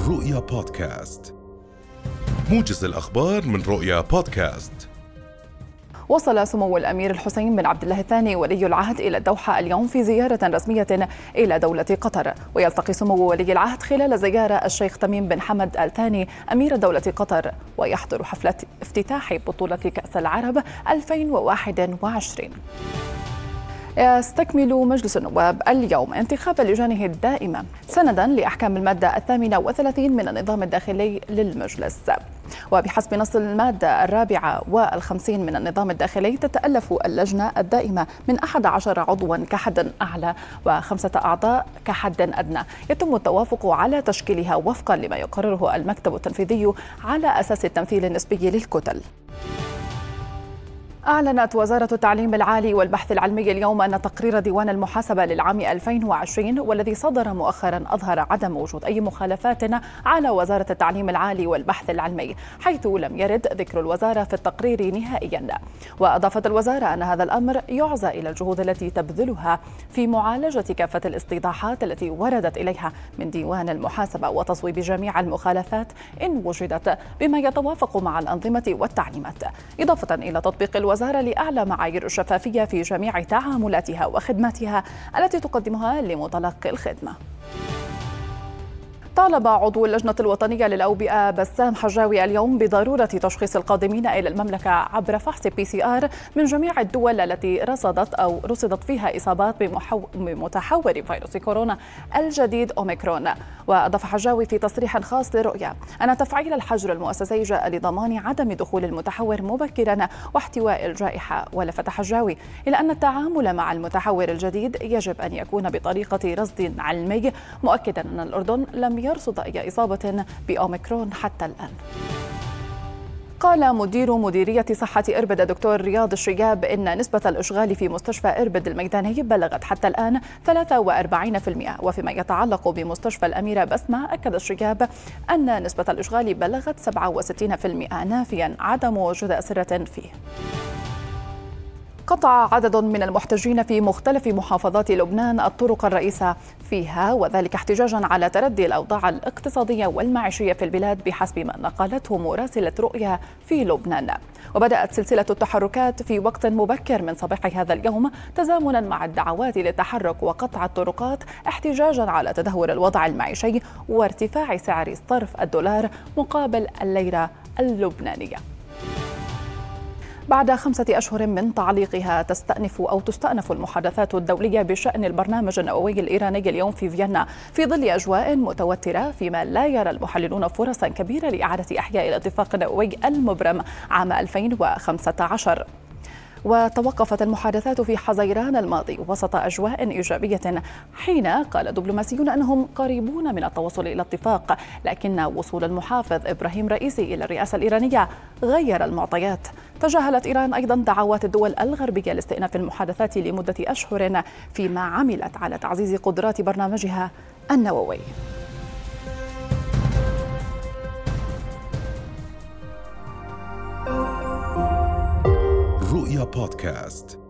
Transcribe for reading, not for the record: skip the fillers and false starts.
رؤيا بودكاست، موجز الأخبار من رؤيا بودكاست. وصل سمو الأمير الحسين بن عبد الله الثاني ولي العهد إلى الدوحة اليوم في زيارة رسمية إلى دولة قطر، ويلتقي سمو ولي العهد خلال زيارة الشيخ تميم بن حمد آل ثاني أمير دولة قطر، ويحضر حفلة افتتاح بطولة كأس العرب 2021. يستكمل مجلس النواب اليوم انتخاب لجانه الدائمة سندا لأحكام المادة 38 من النظام الداخلي للمجلس. وبحسب نص المادة 54 من النظام الداخلي تتألف اللجنة الدائمة من 11 عضوا كحد أعلى و5 أعضاء كحد أدنى، يتم التوافق على تشكيلها وفقا لما يقرره المكتب التنفيذي على أساس التمثيل النسبي للكتل. أعلنت وزارة التعليم العالي والبحث العلمي اليوم أن تقرير ديوان المحاسبة للعام 2020 والذي صدر مؤخرا أظهر عدم وجود أي مخالفات على وزارة التعليم العالي والبحث العلمي، حيث لم يرد ذكر الوزارة في التقرير نهائيا. وأضافت الوزارة أن هذا الأمر يعزى إلى الجهود التي تبذلها في معالجة كافة الاستيضاحات التي وردت إليها من ديوان المحاسبة وتصويب جميع المخالفات إن وجدت بما يتوافق مع الأنظمة والتعليمات، إضافة إلى تطبيق الوزارة لأعلى معايير الشفافية في جميع تعاملاتها وخدماتها التي تقدمها لمتلقي الخدمة. طالب عضو اللجنة الوطنية للأوبئة بسام حجاوي اليوم بضرورة تشخيص القادمين إلى المملكة عبر فحص PCR من جميع الدول التي رصدت فيها إصابات بمتحور فيروس كورونا الجديد أوميكرون. وأضاف حجاوي في تصريح خاص لرؤيا أن تفعيل الحجر المؤسسي جاء لضمان عدم دخول المتحور مبكرا واحتواء الجائحة. ولفت حجاوي إلى أن التعامل مع المتحور الجديد يجب أن يكون بطريقة رصد علمي، مؤكدا أن الأردن لم يرصد أي إصابة بأوميكرون حتى الآن. قال مديرية صحة إربد دكتور رياض الشياب إن نسبة الإشغال في مستشفى إربد الميداني بلغت حتى الآن 43%. وفيما يتعلق بمستشفى الأميرة بسمة أكد الشياب أن نسبة الإشغال بلغت 67%، نافيا عدم وجود أسرة فيه. قطع عدد من المحتجين في مختلف محافظات لبنان الطرق الرئيسة فيها، وذلك احتجاجا على تردي الأوضاع الاقتصادية والمعيشية في البلاد بحسب ما نقلته مراسلة رؤيا في لبنان. وبدأت سلسلة التحركات في وقت مبكر من صباح هذا اليوم تزامنا مع الدعوات للتحرك وقطع الطرقات احتجاجا على تدهور الوضع المعيشي وارتفاع سعر صرف الدولار مقابل الليرة اللبنانية. بعد 5 أشهر من تعليقها تستأنف المحادثات الدولية بشأن البرنامج النووي الإيراني اليوم في فيينا في ظل أجواء متوترة، فيما لا يرى المحللون فرصا كبيرة لإعادة إحياء الاتفاق النووي المبرم عام 2015. وتوقفت المحادثات في حزيران الماضي وسط أجواء إيجابية، حين قال دبلوماسيون أنهم قريبون من التوصل إلى اتفاق، لكن وصول المحافظ إبراهيم رئيسي إلى الرئاسة الإيرانية غير المعطيات. تجاهلت إيران أيضا دعوات الدول الغربية لاستئناف المحادثات لمدة أشهر، فيما عملت على تعزيز قدرات برنامجها النووي. رؤيا بودكاست.